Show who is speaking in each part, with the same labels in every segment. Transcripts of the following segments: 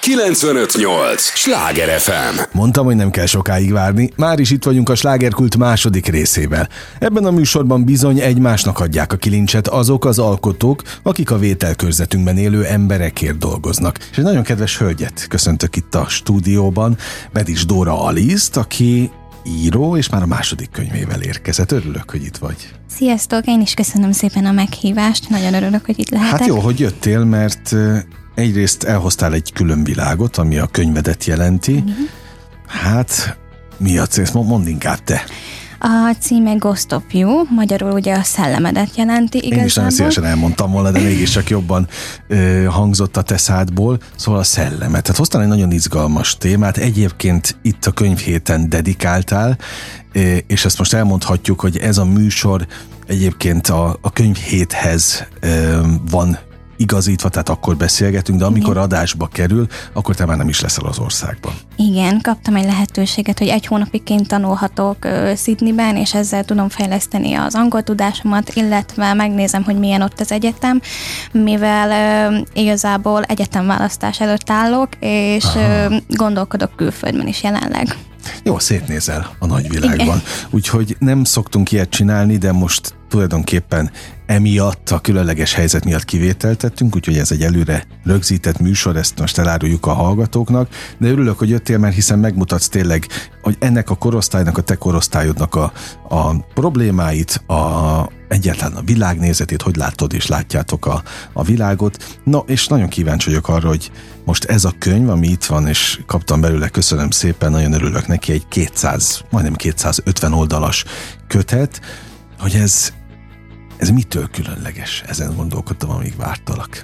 Speaker 1: 95.8 Sláger FM.
Speaker 2: Mondtam, hogy nem kell sokáig várni, már is itt vagyunk a Slágerkult második részével. Ebben a műsorban bizony egymásnak adják a kilincset azok az alkotók, akik a vételkörzetünkben élő emberekért dolgoznak. És egy nagyon kedves hölgyet köszöntök itt a stúdióban, Medics Dóra Aliszt, aki író, és már a második könyvével érkezett. Örülök, hogy itt vagy.
Speaker 3: Sziasztok, én is köszönöm szépen a meghívást, nagyon örülök, hogy itt lehetek.
Speaker 2: Hát jó, hogy jöttél, mert egyrészt elhoztál egy külön világot, ami a könyvedet jelenti. Hát, mi a cél? Mondd inkább te.
Speaker 3: A címe Ghost of You, magyarul ugye a szellemedet jelenti igazából.
Speaker 2: Én is nagyon szívesen elmondtam volna, de mégiscsak jobban hangzott a te szádból. Szóval a szellemet. Tehát hoztál egy nagyon izgalmas témát. Egyébként itt a könyvhéten dedikáltál, és ezt most elmondhatjuk, hogy ez a műsor egyébként a könyvhéthez van igazítva, tehát akkor beszélgetünk, de amikor adásba kerül, akkor te már nem is leszel az országban.
Speaker 3: Igen, kaptam egy lehetőséget, hogy 1 hónapig kint tanulhatok Sydneyben, és ezzel tudom fejleszteni az angol tudásomat, illetve megnézem, hogy milyen ott az egyetem, mivel igazából egyetemválasztás előtt állok, és gondolkodok külföldön is jelenleg.
Speaker 2: Jó, szétnézel a nagyvilágban.
Speaker 3: Igen.
Speaker 2: Úgyhogy nem szoktunk ilyet csinálni, de most tulajdonképpen emiatt, a különleges helyzet miatt kivételt tettünk, úgyhogy ez egy előre rögzített műsor, ezt most eláruljuk a hallgatóknak, de örülök, hogy jöttél, mert hiszen megmutatsz tényleg, hogy ennek a korosztálynak, a te korosztályodnak a problémáit, egyáltalán a világnézetét, hogy látod és látjátok a világot. Na, és nagyon kíváncsi vagyok arra, hogy most ez a könyv, ami itt van, és kaptam belőle, köszönöm szépen, nagyon örülök neki, egy 200, majdnem 250 oldalas kötet, hogy ez mitől különleges? Ezen gondolkodtam, amíg vártalak.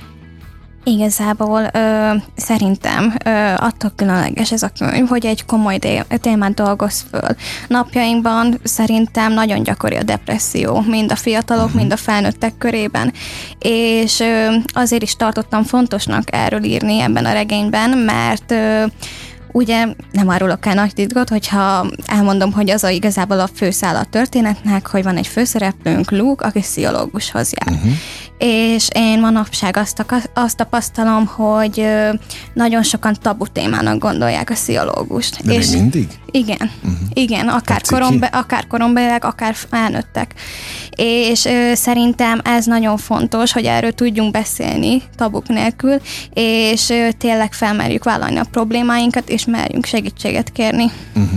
Speaker 3: Igazából szerintem attól különleges ez a könyv, hogy egy komoly témát dolgoz föl. Napjainkban szerintem nagyon gyakori a depresszió, mind a fiatalok, mind a felnőttek körében, és azért is tartottam fontosnak erről írni ebben a regényben, mert ugye nem árulok el nagy titkot, hogyha elmondom, hogy az igazából a főszál a történetnek, hogy van egy főszereplőnk, Luke, aki pszichológushoz jár. És én manapság azt tapasztalom, hogy nagyon sokan tabu témának gondolják a pszichológust.
Speaker 2: De
Speaker 3: és
Speaker 2: még mindig?
Speaker 3: Igen, igen, akár korombeliek, akár felnőttek. És szerintem ez nagyon fontos, hogy erről tudjunk beszélni tabuk nélkül, és tényleg felmerjük vállalni a problémáinkat, és merjünk segítséget kérni.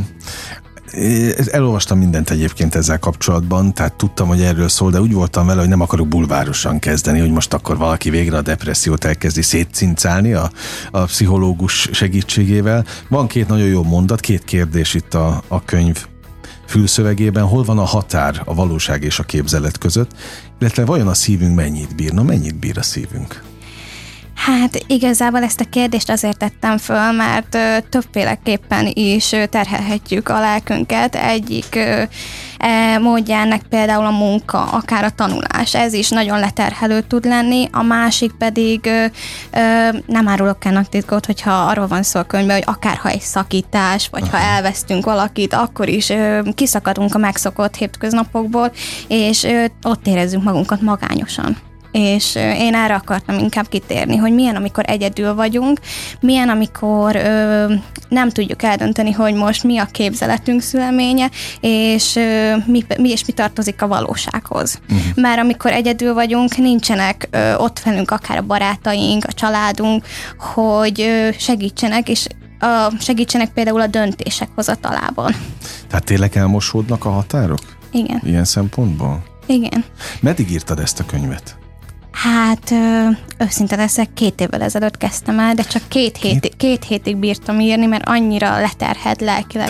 Speaker 2: Elolvastam mindent egyébként ezzel kapcsolatban, tehát tudtam, hogy erről szól, de úgy voltam vele, hogy nem akarok bulvárosan kezdeni, hogy most akkor valaki végre a depressziót elkezdi szétcincálni a pszichológus segítségével. Van 2 nagyon jó mondat, 2 kérdés itt a könyv fülszövegében. Hol van a határ a valóság és a képzelet között, illetve vajon a szívünk mennyit bír? Na, mennyit bír a szívünk?
Speaker 3: Hát igazából ezt a kérdést azért tettem föl, mert többféleképpen is terhelhetjük a lelkünket. Egyik módja ennek például a munka, akár a tanulás. Ez is nagyon leterhelő tud lenni. A másik pedig nem árulok el nagy titkot, hogyha arról van szó a könyvben, hogy akárha egy szakítás, vagy ha elvesztünk valakit, akkor is kiszakadunk a megszokott hétköznapokból, és ott érezzünk magunkat magányosan. És én erre akartam inkább kitérni, hogy milyen, amikor egyedül vagyunk, milyen, amikor nem tudjuk eldönteni, hogy most mi a képzeletünk szüleménye, és mi tartozik a valósághoz. Mert amikor egyedül vagyunk, nincsenek ott velünk akár a barátaink, a családunk, hogy segítsenek, és segítsenek például a döntések hozatalában. Tehát
Speaker 2: tényleg elmosódnak a határok?
Speaker 3: Igen.
Speaker 2: Ilyen szempontból?
Speaker 3: Igen.
Speaker 2: Meddig írtad ezt a könyvet?
Speaker 3: Hát őszinte leszek, 2 évvel ezelőtt kezdtem el, de csak 2 hétig bírtam írni, mert annyira leterhelt lelkileg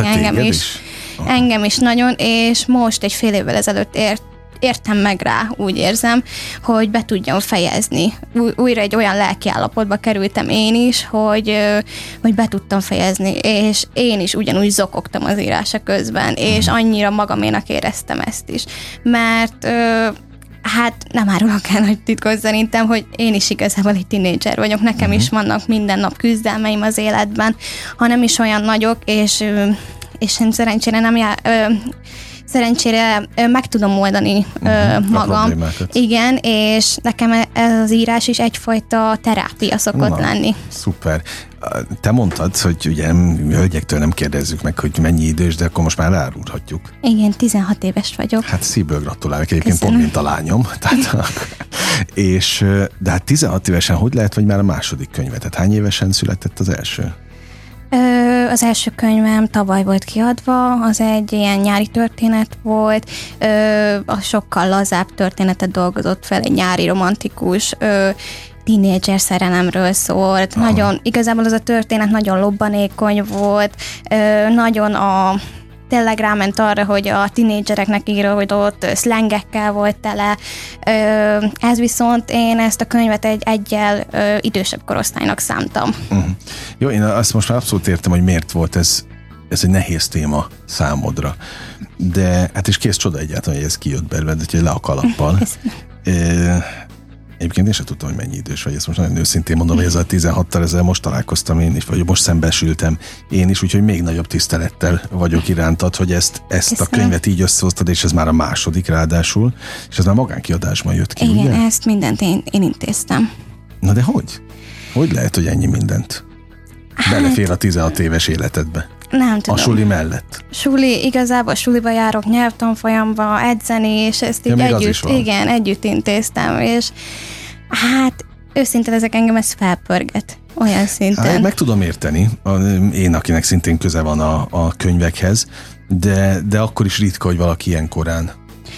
Speaker 3: engem is nagyon, és most egy fél évvel ezelőtt értem meg rá, úgy érzem, hogy be tudjam fejezni. Újra egy olyan lelki állapotba kerültem én is, hogy be tudtam fejezni, és én is ugyanúgy zokogtam az írása közben, és annyira magaménak éreztem ezt is. Mert hát nem árulok el nagy titkot szerintem, hogy én is igazából egy tínédzser vagyok, nekem is vannak minden nap küzdelmeim az életben, ha nem is olyan nagyok, és én szerencsére meg tudom oldani magam. Igen, és nekem ez az írás is egyfajta terápia szokott lenni.
Speaker 2: Szuper. te mondtad, hogy ugye hölgyektől nem kérdezzük meg, hogy mennyi idős, de akkor most már elárulhatjuk.
Speaker 3: Igen, 16 éves vagyok.
Speaker 2: Hát szívből gratulálok, egyébként pont mint a lányom. De hát 16 évesen hogy lehet, vagy már a második könyve? Tehát hány évesen született az első?
Speaker 3: Az első könyvem tavaly volt kiadva, az egy ilyen nyári történet volt, a sokkal lazább történetet dolgozott fel, egy nyári romantikus, tínédzser szerelemről szólt. Nagyon, igazából az a történet nagyon lobbanékony volt, nagyon tényleg ráment arra, hogy a tínédzsereknek íródott szlengekkel volt tele. Ez viszont én ezt a könyvet egyel idősebb korosztálynak szántam.
Speaker 2: Jó, én azt most már abszolút értem, hogy miért volt ez egy nehéz téma számodra. De hát is kész csoda egyáltalán, hogy ez kijött belőled, hogy le a kalappal. Egyébként én sem tudtam, hogy mennyi idős vagy, ezt most nagyon őszintén mondom, hogy ezzel 16-tal ezzel most találkoztam én is, vagy most szembesültem én is, úgyhogy még nagyobb tisztelettel vagyok irántad, hogy ezt a könyvet így összehoztad, és ez már a második ráadásul, és ez már magánkiadásban jött ki,
Speaker 3: igen,
Speaker 2: ugye?
Speaker 3: ezt mindent én intéztem.
Speaker 2: Na de hogy? Hogy lehet, hogy ennyi mindent belefér a 16 éves életedbe?
Speaker 3: Nem tudom.
Speaker 2: A suli mellett.
Speaker 3: Igazából suliba járok, nyelvtanfolyamba, edzeni, és ezt így együtt intéztem, és hát őszintén ezek engem ezt felpörget, olyan szinten.
Speaker 2: Hát, meg tudom érteni, én, akinek szintén köze van a könyvekhez, de akkor is ritka, hogy valaki ilyen korán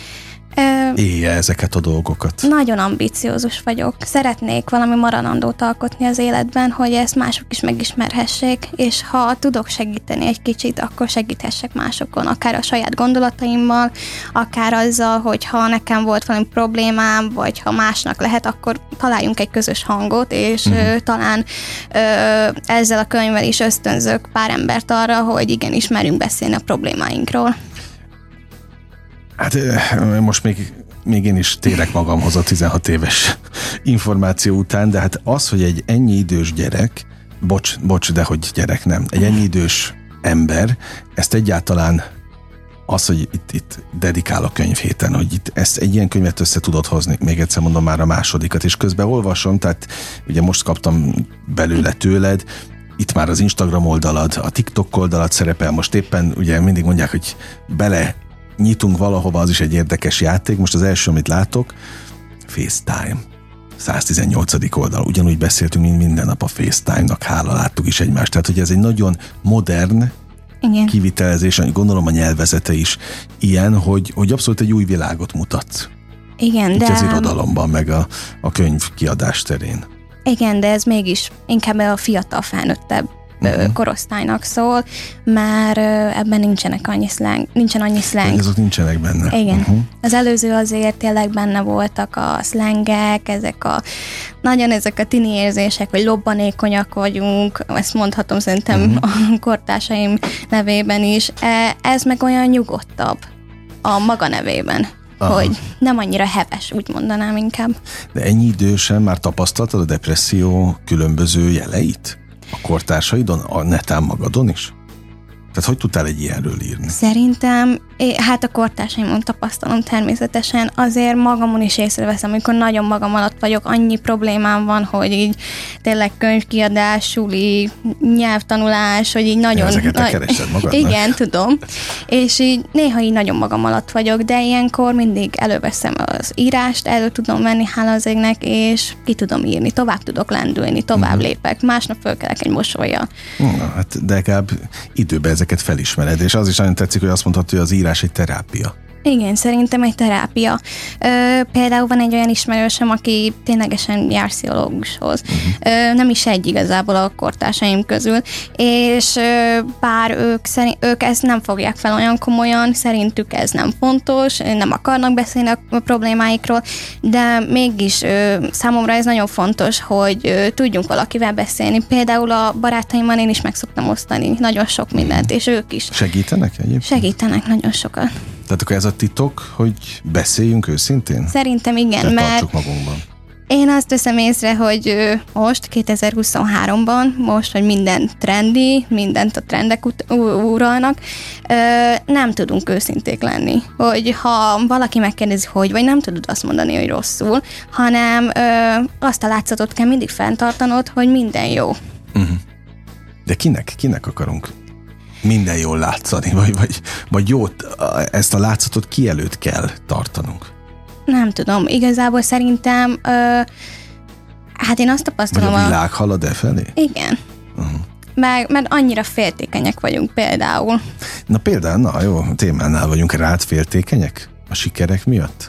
Speaker 2: élje ezeket a dolgokat.
Speaker 3: Nagyon ambiciózus vagyok. Szeretnék valami maradandót alkotni az életben, hogy ezt mások is megismerhessék, és ha tudok segíteni egy kicsit, akkor segíthessek másokon, akár a saját gondolataimmal, akár azzal, hogy ha nekem volt valami problémám, vagy ha másnak lehet, akkor találjunk egy közös hangot, és talán ezzel a könyvvel is ösztönzök pár embert arra, hogy igenis merjünk beszélni a problémáinkról.
Speaker 2: Hát most még én is térek magamhoz a 16 éves információ után, de hát az, hogy egy ennyi idős gyerek, bocs, de hogy gyerek nem, egy ennyi idős ember, ezt egyáltalán az, hogy itt dedikál a könyvhéten, hogy itt ezt egy ilyen könyvet össze tudod hozni, még egyszer mondom már a másodikat, és közben olvasom, tehát ugye most kaptam belőle tőled, itt már az Instagram oldalad, a TikTok oldalad szerepel, most éppen ugye mindig mondják, hogy nyitunk valahova, az is egy érdekes játék. Most az első, amit látok, FaceTime. 118. oldal. Ugyanúgy beszéltünk, mint minden nap a FaceTime-nak, hála láttuk is egymást. Tehát, hogy ez egy nagyon modern kivitelezés, gondolom a nyelvezete is ilyen, hogy abszolút egy új világot mutat.
Speaker 3: Igen, de...
Speaker 2: az irodalomban, meg a könyv kiadás terén.
Speaker 3: Igen, de ez mégis inkább a fiatal, felnőttebb korosztálynak szól, már ebben nincsen annyi szleng.
Speaker 2: Azok nincsenek benne.
Speaker 3: Igen. Az előző azért tényleg benne voltak a szlengek, ezek a tini érzések, hogy lobbanékonyak vagyunk, ezt mondhatom szerintem a kortársaim nevében is. Ez meg olyan nyugodtabb a maga nevében. Hogy nem annyira heves, úgy mondanám inkább.
Speaker 2: De ennyi idősen már tapasztaltad a depresszió különböző jeleit? A kortársaidon, a netán magadon is? Tehát hogy tudtál egy ilyenről írni?
Speaker 3: Szerintem, hát a kortársaimon tapasztalom természetesen, azért magamon is észreveszem, amikor nagyon magam alatt vagyok, annyi problémám van, hogy így tényleg könyvkiadás, suli, nyelvtanulás, hogy így nagyon...
Speaker 2: Ezeket te keresed magadnak.
Speaker 3: Igen, tudom. És így néha így nagyon magam alatt vagyok, de ilyenkor mindig előveszem az írást, elő tudom venni, hála az égnek, és ki tudom írni, tovább tudok lendülni, tovább lépek, másnap fölkelek egy mosollyal.
Speaker 2: Na, hát de legalább időben ezeket felismered, és az is nagyon tetszik, hogy azt mondhatod, hogy az írás egy terápia.
Speaker 3: Igen, szerintem egy terápia. Például van egy olyan ismerősöm, aki ténylegesen jár pszichológushoz. Nem is egy igazából a kortársaim közül, és bár ők ezt nem fogják fel olyan komolyan, szerintük ez nem fontos, nem akarnak beszélni a problémáikról, de mégis számomra ez nagyon fontos, hogy tudjunk valakivel beszélni. Például a barátaimmal én is meg szoktam osztani nagyon sok mindent, és ők is.
Speaker 2: Segítenek egyébként?
Speaker 3: Segítenek nagyon sokat.
Speaker 2: Tehát akkor ez a titok, hogy beszéljünk őszintén?
Speaker 3: Szerintem igen, mert
Speaker 2: tartsuk magunkban.
Speaker 3: Én azt veszem észre, hogy most 2023-ban, most, hogy minden trendi, mindent a trendek uralnak, nem tudunk őszinték lenni. Hogy ha valaki megkérdezi, hogy vagy, nem tudod azt mondani, hogy rosszul, hanem azt a látszatot kell mindig fenntartanod, hogy minden jó.
Speaker 2: De kinek akarunk minden jól látszani, vagy jót, ezt a látszatot ki előtt kell tartanunk?
Speaker 3: Nem tudom, igazából szerintem hát én azt tapasztalom...
Speaker 2: Vagy a világ halad felé?
Speaker 3: Igen. Mert annyira féltékenyek vagyunk például.
Speaker 2: Na például, na jó, témánál vagyunk, rád féltékenyek a sikerek miatt?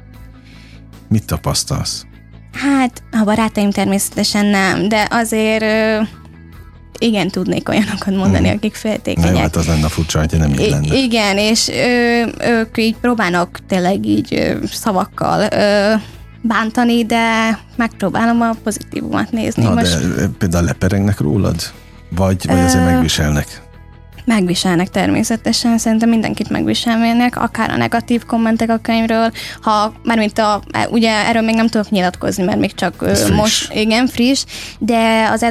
Speaker 2: Mit tapasztalsz?
Speaker 3: Hát a barátaim természetesen nem, de azért igen, tudnék olyanokat mondani, akik féltékenyek.
Speaker 2: Na jó, hát az lenne furcsa, hogy nem így lenne.
Speaker 3: Igen, és ők így próbálnak tényleg így szavakkal bántani, de megpróbálom a pozitívumát nézni.
Speaker 2: Na, de például leperengnek rólad? Vagy azért megviselnek?
Speaker 3: Megviselnek természetesen, szerintem mindenkit megviselnének, akár a negatív kommentek a könyvről, ugye erről még nem tudok nyilatkozni, mert még csak most, igen, friss, de az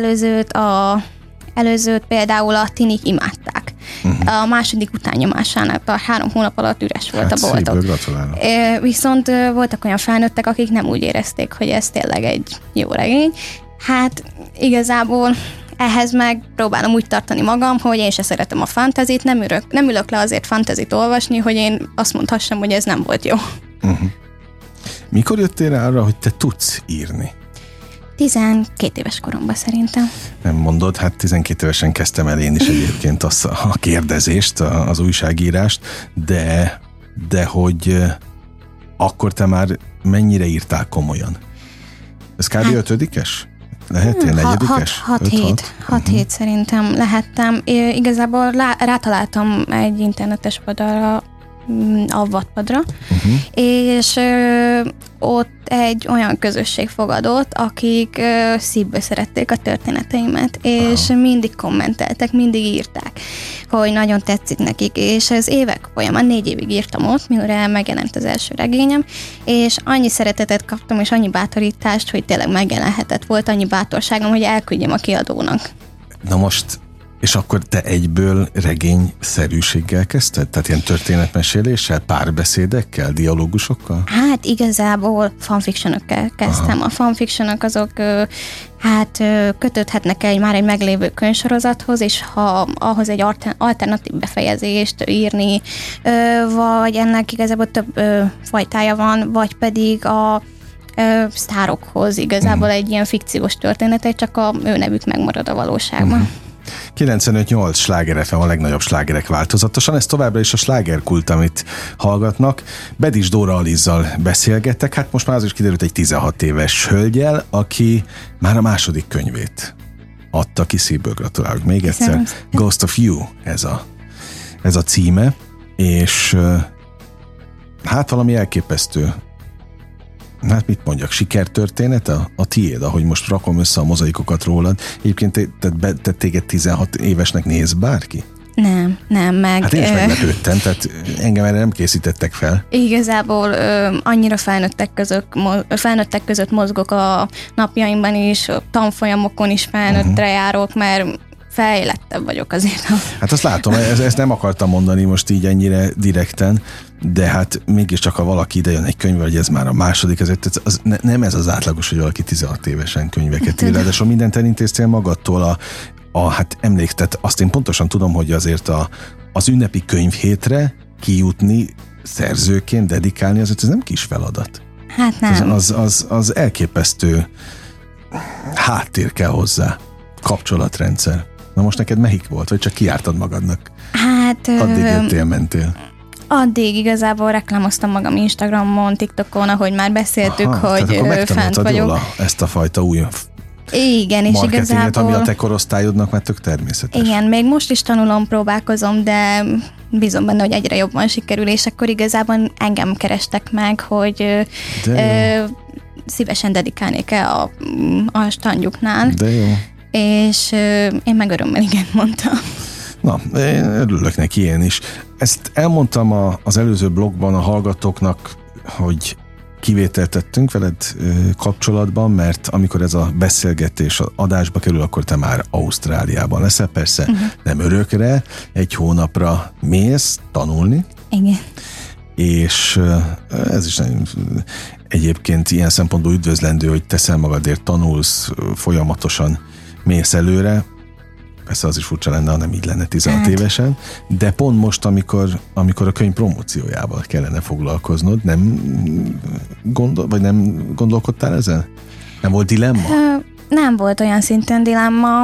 Speaker 3: előzőt például a tinik imádták. A második utánnyomásánál a 3 hónap alatt üres volt a boltok. Viszont voltak olyan felnőttek, akik nem úgy érezték, hogy ez tényleg egy jó regény. Hát igazából ehhez meg próbálom úgy tartani magam, hogy én se szeretem a fantazit, nem ülök le azért fantazit olvasni, hogy én azt mondhassam, hogy ez nem volt jó.
Speaker 2: Mikor jöttél rá arra, hogy te tudsz írni?
Speaker 3: 12 éves koromban szerintem.
Speaker 2: Nem mondod, hát 12 évesen kezdtem el én is egyébként a kérdezést, az újságírást, de hogy akkor te már mennyire írtál komolyan? Ez kb. 5-ös? Lehettél 4-es?
Speaker 3: 6-7 szerintem lehettem. Igazából rátaláltam egy internetes oldalra, a Wattpadra, és ott egy olyan közösség fogadott, akik szívből szerették a történeteimet, és mindig kommenteltek, mindig írták, hogy nagyon tetszik nekik, és ez évek folyamán 4 évig írtam ott, mire megjelent az első regényem, és annyi szeretetet kaptam, és annyi bátorítást, hogy tényleg megjelenhetett. Volt annyi bátorságom, hogy elküldjem a kiadónak.
Speaker 2: Na most, és akkor te egyből regényszerűséggel kezdted? Tehát ilyen történetmeséléssel, párbeszédekkel, dialógusokkal? Hát
Speaker 3: igazából fanfictionökkel kezdtem. A fanfictionok azok kötődhetnek már egy meglévő könyvsorozathoz, és ha ahhoz egy alternatív befejezést írni, vagy ennek igazából több fajtája van, vagy pedig a sztárokhoz igazából egy ilyen fikciós történet, csak a ő nevük megmarad a valóságban.
Speaker 2: 95-8 Sláger FM a legnagyobb slágerek változatosan, ez továbbra is a slágerkult, amit hallgatnak. Bedis Dóra Alizzal beszélgettek, hát most már az is kiderült egy 16 éves hölgyel, aki már a második könyvét adta ki, szívből gratulálok még egyszer. Ghost of You ez a címe, és hát valami elképesztő. Hát mit mondjak, sikertörténet a tiéd, ahogy most rakom össze a mozaikokat rólad. Egyébként te téged 16 évesnek néz bárki?
Speaker 3: Nem, meg...
Speaker 2: Hát én is meglepődtem, tehát engem erre nem készítettek fel.
Speaker 3: Igazából annyira felnőttek között mozgok a napjaimban is, tanfolyamokon is felnőttre járok, mert fejlettebb vagyok azért.
Speaker 2: Hát azt látom, ezt nem akartam mondani most így ennyire direkten, de hát mégiscsak, ha valaki ide jön egy könyvvel, hogy ez már a második, nem ez az átlagos, hogy valaki 16 évesen könyveket ír, de mindent elintéztél magadtól, hát emlékeztet, azt én pontosan tudom, hogy azért az ünnepi könyvhétre kijutni szerzőként, dedikálni, azért ez nem kis feladat.
Speaker 3: Hát nem.
Speaker 2: Az elképesztő háttér kell hozzá, kapcsolatrendszer. Na most neked melyik volt, vagy csak kijártad magadnak?
Speaker 3: Hát...
Speaker 2: Addig jöttél, mentél.
Speaker 3: Addig igazából reklámoztam magam Instagramon, TikTokon, ahogy már beszéltük, hogy fent vagyok.
Speaker 2: Jól ezt a fajta új
Speaker 3: igen, és
Speaker 2: marketinget, ami a te korosztályodnak már tök természetes.
Speaker 3: Igen, még most is tanulom, próbálkozom, de bízom benne, hogy egyre jobban sikerül, és akkor igazából engem kerestek meg, hogy szívesen dedikálnék-e a standjuknál.
Speaker 2: De jó.
Speaker 3: És én meg örömmel igen mondtam.
Speaker 2: Na, én örülök neki én is. Ezt elmondtam az előző blogban a hallgatóknak, hogy kivételt tettünk veled kapcsolatban, mert amikor ez a beszélgetés adásba kerül, akkor te már Ausztráliában leszel, persze nem örökre, 1 hónapra mész tanulni.
Speaker 3: Igen.
Speaker 2: És ez is egyébként ilyen szempontból üdvözlendő, hogy teszel magadért, tanulsz, folyamatosan mész előre. persze az is furcsa lenne, ha nem így lenne 16 évesen, de pont most, amikor a könyv promóciójával kellene foglalkoznod, nem gondolkodtál ezen? Nem volt dilemma?
Speaker 3: Nem volt olyan szinten dilemma,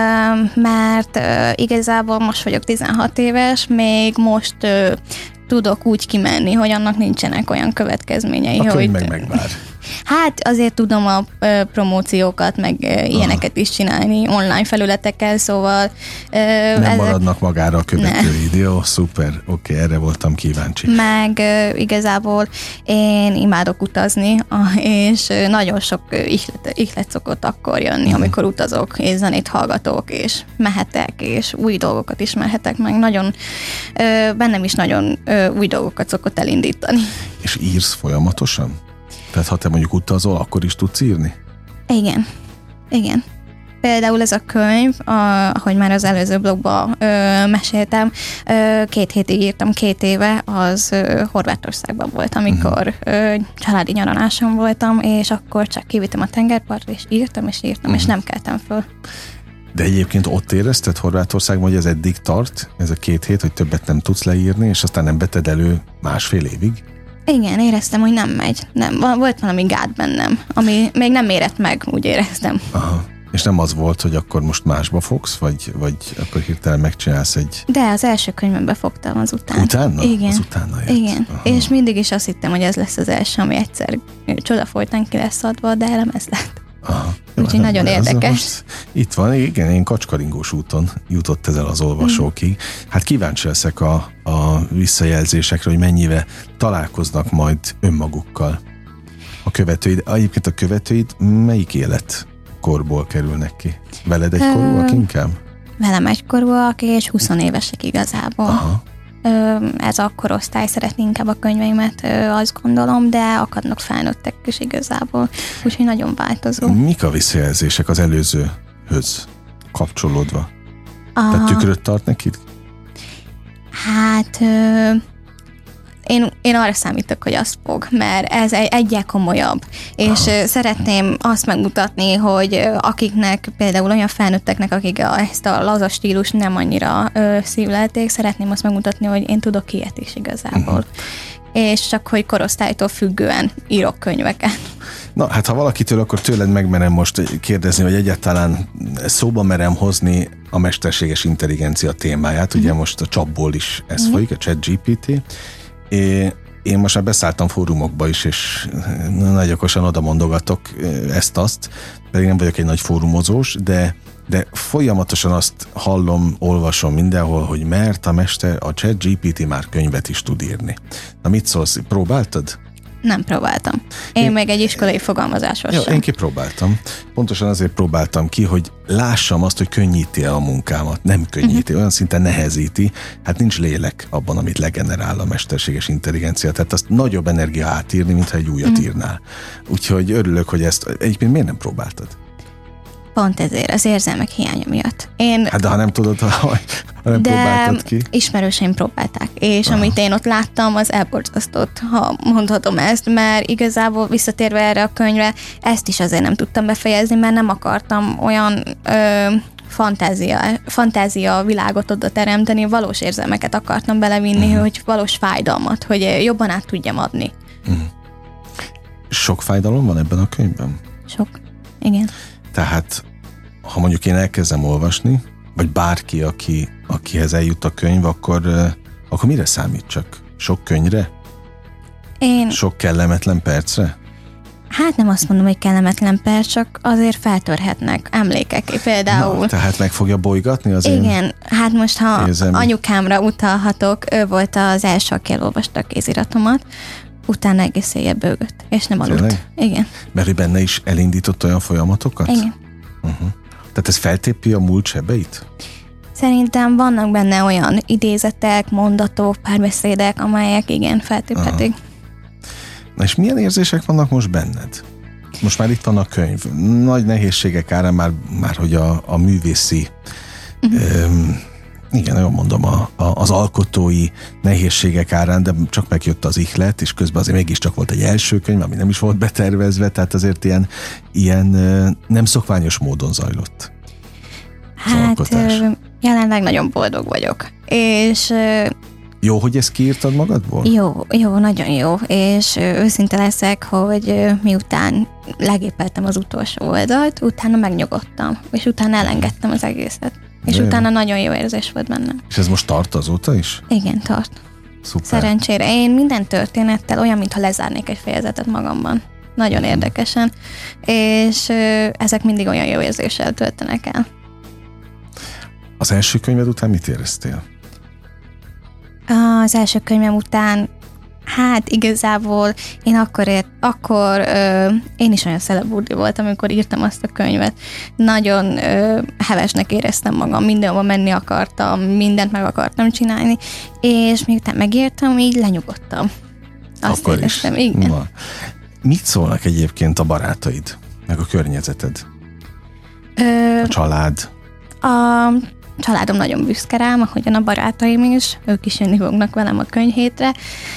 Speaker 3: mert igazából most vagyok 16 éves, még most tudok úgy kimenni, hogy annak nincsenek olyan következményei.
Speaker 2: A könyv megvár.
Speaker 3: Hát azért tudom a promóciókat, meg ilyeneket is csinálni online felületekkel, szóval...
Speaker 2: Nem maradnak magára a követőid. Jó, szuper. Oké, erre voltam kíváncsi.
Speaker 3: Meg igazából én imádok utazni, és nagyon sok ihlet szokott akkor jönni, amikor utazok, és zenét hallgatok, és mehetek, és új dolgokat ismerhetek meg. Nagyon, bennem is nagyon új dolgokat szokott elindítani.
Speaker 2: És írsz folyamatosan? Tehát ha te mondjuk utazol, akkor is tudsz írni?
Speaker 3: Igen. Például ez a könyv, ahogy már az előző blogban meséltem, 2 hétig írtam, 2 éve, az Horvátországban volt, amikor családi nyaraláson voltam, és akkor csak kivittem a tengerpartra, és írtam, és nem keltem föl.
Speaker 2: De egyébként ott érezted Horvátországban, hogy ez eddig tart, ez a 2 hét, hogy többet nem tudsz leírni, és aztán nem veted elő 1,5 évig?
Speaker 3: Igen, éreztem, hogy nem megy. Nem, volt valami gát bennem, ami még nem érett meg, úgy éreztem.
Speaker 2: Aha. És nem az volt, hogy akkor most másba fogsz, vagy akkor hirtelen megcsinálsz egy...
Speaker 3: De az első könyvembe fogtam azután.
Speaker 2: Utána?
Speaker 3: Igen.
Speaker 2: Az utána jött.
Speaker 3: Igen. Aha. És mindig is azt hittem, hogy ez lesz az első, ami egyszer csodafolytán ki lesz adva, de nem ez lett.
Speaker 2: Aha.
Speaker 3: Úgyhogy nagyon érdekes.
Speaker 2: Itt van, igen, én kacskaringós úton jutott ezzel az olvasókig. Hát kíváncsi leszek a visszajelzésekre, hogy mennyire találkoznak majd önmagukkal a követőid. Egyébként a követőid melyik életkorból kerülnek ki? Veled egykorúak inkább?
Speaker 3: Velem egykorúak, és 20 évesek igazából.
Speaker 2: Aha.
Speaker 3: Ez a korosztály szeretné inkább a könyveimet, azt gondolom, de akadnak felnőttek is igazából, úgyhogy nagyon változó.
Speaker 2: Mik a visszajelzések az előzőhöz kapcsolódva? Tehát tükröt tart neked?
Speaker 3: Hát én arra számítok, hogy azt fog, mert ez egyel komolyabb, és szeretném azt megmutatni, hogy akiknek, például olyan felnőtteknek, akik ezt a laza stílus nem annyira szívlelték, szeretném azt megmutatni, hogy én tudok ilyet is igazából. És csak, hogy korosztálytól függően írok könyveket.
Speaker 2: Na, hát ha valakitől, akkor tőled megmerem most kérdezni, hogy egyáltalán szóba merem hozni a mesterséges intelligencia témáját. Ugye most a csapból is ez folyik, a ChatGPT. Én most már beszálltam fórumokba is, és nagy okosan oda mondogatok ezt-azt, pedig nem vagyok egy nagy fórumozós, de folyamatosan azt hallom, olvasom mindenhol, hogy mert a ChatGPT már könyvet is tud írni. Na mit szólsz, próbáltad?
Speaker 3: Nem próbáltam. Én még egy iskolai fogalmazásos sem.
Speaker 2: Én kipróbáltam. Pontosan azért próbáltam ki, hogy lássam azt, hogy könnyíti a munkámat. Nem könnyíti, olyan szinten nehezíti. Hát nincs lélek abban, amit legenerál a mesterséges intelligencia. Tehát azt nagyobb energia átírni, mintha egy újat írnál. Úgyhogy örülök, hogy ezt egyébként miért nem próbáltad?
Speaker 3: Pont ezért, az érzelmek hiánya miatt.
Speaker 2: Hát de ha nem tudod, ha nem próbáltad ki.
Speaker 3: Ismerőseim próbálták, és amit én ott láttam, az elborzasztott, ha mondhatom ezt, mert igazából visszatérve erre a könyvre, ezt is azért nem tudtam befejezni, mert nem akartam olyan fantázia világot oda teremteni, valós érzelmeket akartam belevinni, hogy valós fájdalmat, hogy jobban át tudjam adni.
Speaker 2: Sok fájdalom van ebben a könyvben?
Speaker 3: Sok, igen.
Speaker 2: Tehát, ha mondjuk én elkezdem olvasni, vagy bárki, akihez eljut a könyv, akkor mire számítsak? Sok könyvre? Sok kellemetlen percre?
Speaker 3: Hát nem azt mondom, hogy kellemetlen perc, csak azért feltörhetnek emlékek például.
Speaker 2: Na, tehát meg fogja bolygatni az
Speaker 3: Igen, hát most ha anyukámra utalhatok, ő volt az első, aki elolvasta a kéziratomat, utána egész éjjel bőgött, és nem aludt.
Speaker 2: Tényleg?
Speaker 3: Igen.
Speaker 2: Mert ő benne is elindított olyan folyamatokat?
Speaker 3: Igen.
Speaker 2: Tehát ez feltépi a múlt sebeit?
Speaker 3: Szerintem vannak benne olyan idézetek, mondatok, párbeszédek, amelyek igen, feltéphetik.
Speaker 2: Na és milyen érzések vannak most benned? Most már itt van a könyv. Nagy nehézségek árán már hogy a művészi igen, nagyon mondom, az alkotói nehézségek árán, de csak megjött az ihlet, és közben azért mégiscsak volt egy első könyv, ami nem is volt betervezve, tehát azért ilyen nem szokványos módon zajlott. az alkotás?
Speaker 3: Jelenleg nagyon boldog vagyok. És
Speaker 2: jó, hogy ezt kiírtad magadból?
Speaker 3: Jó, nagyon jó. És őszinte leszek, hogy miután legépeltem az utolsó oldalt, utána megnyugodtam. És utána elengedtem az egészet. És
Speaker 2: de
Speaker 3: utána
Speaker 2: jó.
Speaker 3: nagyon jó érzés volt bennem.
Speaker 2: És ez most tart azóta is?
Speaker 3: Igen, tart.
Speaker 2: Szuper.
Speaker 3: Szerencsére. Én minden történettel olyan, mintha lezárnék egy fejezetet magamban. Nagyon érdekesen. És ezek mindig olyan jó érzéssel töltenek el.
Speaker 2: Az első könyved után mit éreztél?
Speaker 3: Az első könyvem után, hát igazából én akkor én is olyan szeleburdi voltam, amikor írtam azt a könyvet. Nagyon hevesnek éreztem magam, mindenhova menni akartam, mindent meg akartam csinálni, és miután megírtam, így lenyugodtam. Azt
Speaker 2: akkor
Speaker 3: éreztem,
Speaker 2: is.
Speaker 3: igen.
Speaker 2: Na. Mit szólnak egyébként a barátaid, meg a környezeted? A család?
Speaker 3: A családom nagyon büszke rám, ahogyan a barátaim is, ők is jönni fognak velem a könyvhétre.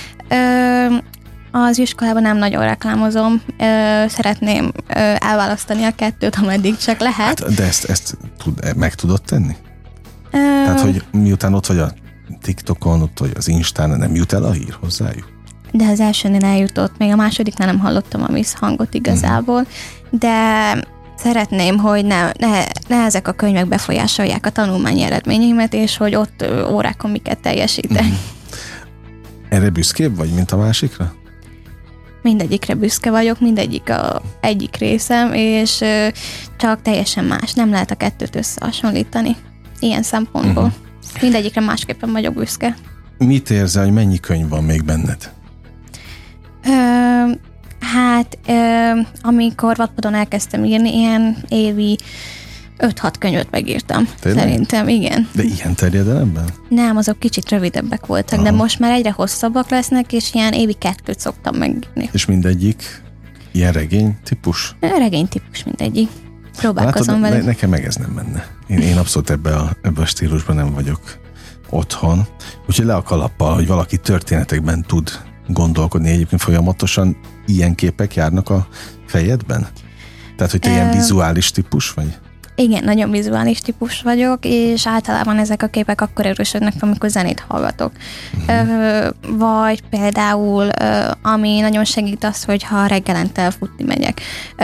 Speaker 3: Az iskolában nem nagyon reklámozom, szeretném elválasztani a kettőt, ameddig csak lehet.
Speaker 2: Hát, de ezt meg tudod tenni? Tehát, hogy miután ott vagy a TikTokon, ott vagy az Instán, nem jut el a hír hozzájuk?
Speaker 3: De az elsőnél eljutott, még a másodiknál nem hallottam a visszhangot igazából, de szeretném, hogy ne ezek a könyvek befolyásolják a tanulmányi eredményeimet, és hogy ott órákon miket teljesítek.
Speaker 2: Erre büszkébb vagy, mint a másikra?
Speaker 3: Mindegyikre büszke vagyok, mindegyik egyik részem, és csak teljesen más. Nem lehet a kettőt összehasonlítani ilyen szempontból. Mindegyikre másképpen vagyok büszke.
Speaker 2: Mit érzel, hogy mennyi könyv van még benned?
Speaker 3: Amikor Wattpadon elkezdtem írni, ilyen évi 5-6 könyvet megírtam.
Speaker 2: Tényleg?
Speaker 3: Szerintem, igen.
Speaker 2: De ilyen terjedelemben?
Speaker 3: Nem, azok kicsit rövidebbek voltak, de most már egyre hosszabbak lesznek, és ilyen évi 2 szoktam megírni.
Speaker 2: És mindegyik ilyen regény típus?
Speaker 3: Regény típus mindegyik. Próbálkozom vele.
Speaker 2: Nekem meg ez nem menne. Én abszolút ebbe a stílusban nem vagyok otthon. Úgyhogy le a kalappal, hogy valaki történetekben tud gondolkodni, egyébként folyamatosan ilyen képek járnak a fejedben? Tehát, hogy te ilyen vizuális típus vagy?
Speaker 3: Igen, nagyon vizuális típus vagyok, és általában ezek a képek akkor erősödnek, amikor zenét hallgatok. Vagy például, ami nagyon segít az, hogyha reggelente elfutni megyek.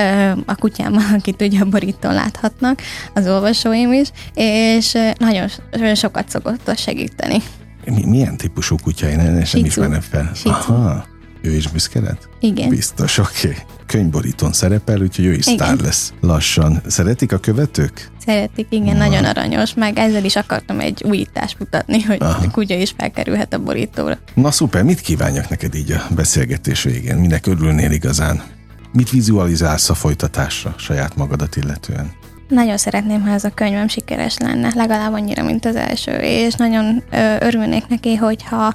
Speaker 3: A kutyámmal, akit ugye a borítón láthatnak, az olvasóim is, és nagyon sokat szokott segíteni.
Speaker 2: Milyen típusú kutya? Én sem ismerem fel. Aha, ő is büszke lett?
Speaker 3: Igen.
Speaker 2: Biztos, oké. Könyvborítón szerepel, úgyhogy ő is sztár lesz lassan. Szeretik a követők?
Speaker 3: Szeretik, igen, nagyon aranyos, meg ezzel is akartam egy újítást mutatni, hogy a kutya is felkerülhet a borítóra.
Speaker 2: Na szuper, mit kívánjak neked így a beszélgetés végén? Minek örülnél igazán? Mit vizualizálsz a folytatásra saját magadat illetően?
Speaker 3: Nagyon szeretném, ha ez a könyvem sikeres lenne, legalább annyira, mint az első, és nagyon örülnék neki, hogyha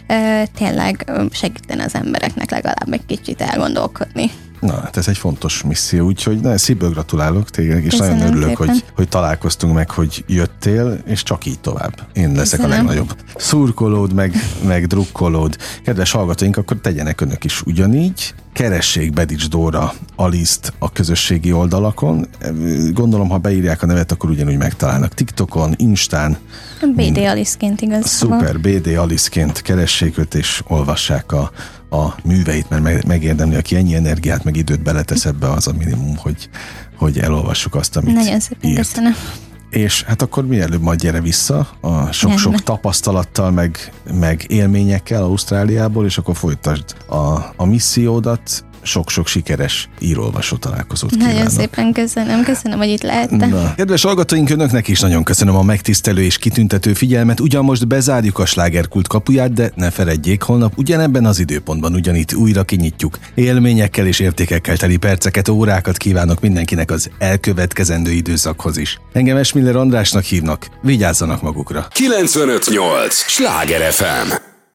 Speaker 3: tényleg segítene az embereknek legalább egy kicsit elgondolkodni.
Speaker 2: Na, hát ez egy fontos misszió, úgyhogy szívből gratulálok téged, és
Speaker 3: köszönöm
Speaker 2: nagyon örülök,
Speaker 3: szépen.
Speaker 2: hogy találkoztunk meg, hogy jöttél, és csak így tovább. Én leszek a legnagyobb szurkolód, meg drukkolód. Kedves hallgatóink, akkor tegyenek önök is ugyanígy. Keressék Bedics Dóra Aliszt a közösségi oldalakon. Gondolom, ha beírják a nevet, akkor ugyanúgy megtalálnak TikTokon, Instán.
Speaker 3: BD Aliszként igazából.
Speaker 2: Szuper, BD Aliszként keressék őt, és olvassák a műveit, mert megérdemli, aki ennyi energiát, meg időt beletesz ebbe, az a minimum, hogy elolvassuk azt, amit
Speaker 3: nagyon szépen
Speaker 2: írt.
Speaker 3: köszönöm.
Speaker 2: És hát akkor mielőbb majd gyere vissza a sok-sok tapasztalattal, meg élményekkel Ausztráliából, és akkor folytasd a missziódat. Sok-sok sikeres író-olvasó találkozót kívánok.
Speaker 3: Nagyon szépen köszönöm, hogy itt lehettem.
Speaker 2: Na. Kedves hallgatóink, önöknek is nagyon köszönöm a megtisztelő és kitüntető figyelmet. Ugyan most bezárjuk a Slágerkult kapuját, de ne feledjék, holnap ugyanebben az időpontban ugyanitt újra kinyitjuk. Élményekkel és értékekkel teli perceket, órákat kívánok mindenkinek az elkövetkezendő időszakhoz is. Engem Esmiller Andrásnak hívnak, vigyázzanak magukra.
Speaker 1: 95.8 Sláger FM.